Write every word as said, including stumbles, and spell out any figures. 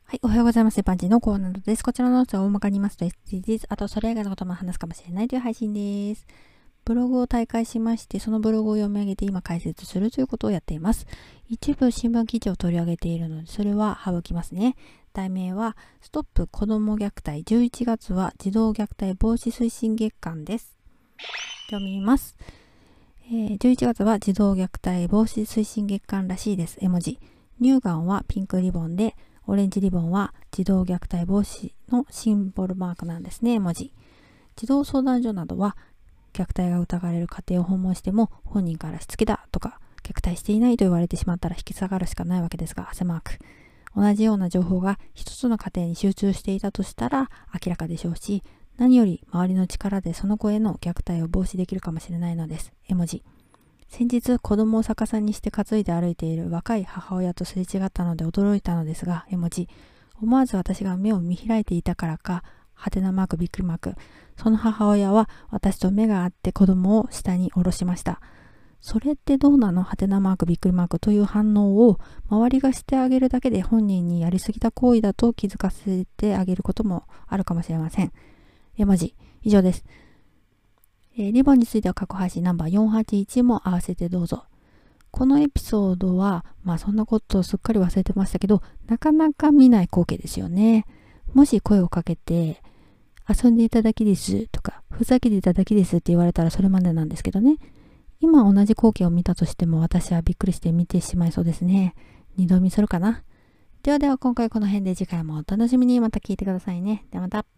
はい、おはようございます。パンチのコーナーです。こちらのノーツは大まかに言いますと エスディージーズ、あとそれ以外のことも話すかもしれないという配信です。ブログを大会しまして、そのブログを読み上げて今解説するということをやっています。一部新聞記事を取り上げているので、それは省きますね。題名は、ストップ子ども虐待、じゅういちがつは児童虐待防止推進月間です。読みます。えー、じゅういちがつは児童虐待防止推進月間らしいです。絵文字。乳がんはピンクリボンで、オレンジリボンは児童虐待防止のシンボルマークなんですね、絵文字。児童相談所などは、虐待が疑われる家庭を訪問しても、本人からしつけだとか、虐待していないと言われてしまったら引き下がるしかないわけですが、汗マーク。同じような情報が一つの家庭に集中していたとしたら明らかでしょうし、何より周りの力でその子への虐待を防止できるかもしれないのです。絵文字。先日子供を逆さにして担いで歩いている若い母親とすれ違ったので驚いたのですが、絵文字。思わず私が目を見開いていたからか、はてなマークびっくりマーク。その母親は私と目が合って子供を下に下ろしました。それってどうなのはてなマークびっくりマークという反応を周りがしてあげるだけで本人にやりすぎた行為だと気づかせてあげることもあるかもしれません。絵文字。以上です。えー、リボンについては過去配信ナンバーよんはちいちも合わせてどうぞ。このエピソードは、まあそんなことをすっかり忘れてましたけど、なかなか見ない光景ですよね。もし声をかけて、遊んでいただきですとか、ふざけていただきですって言われたらそれまでなんですけどね。今同じ光景を見たとしても私はびっくりして見てしまいそうですね。二度見するかな。ではでは今回この辺で次回もお楽しみにまた聞いてくださいね。ではまた。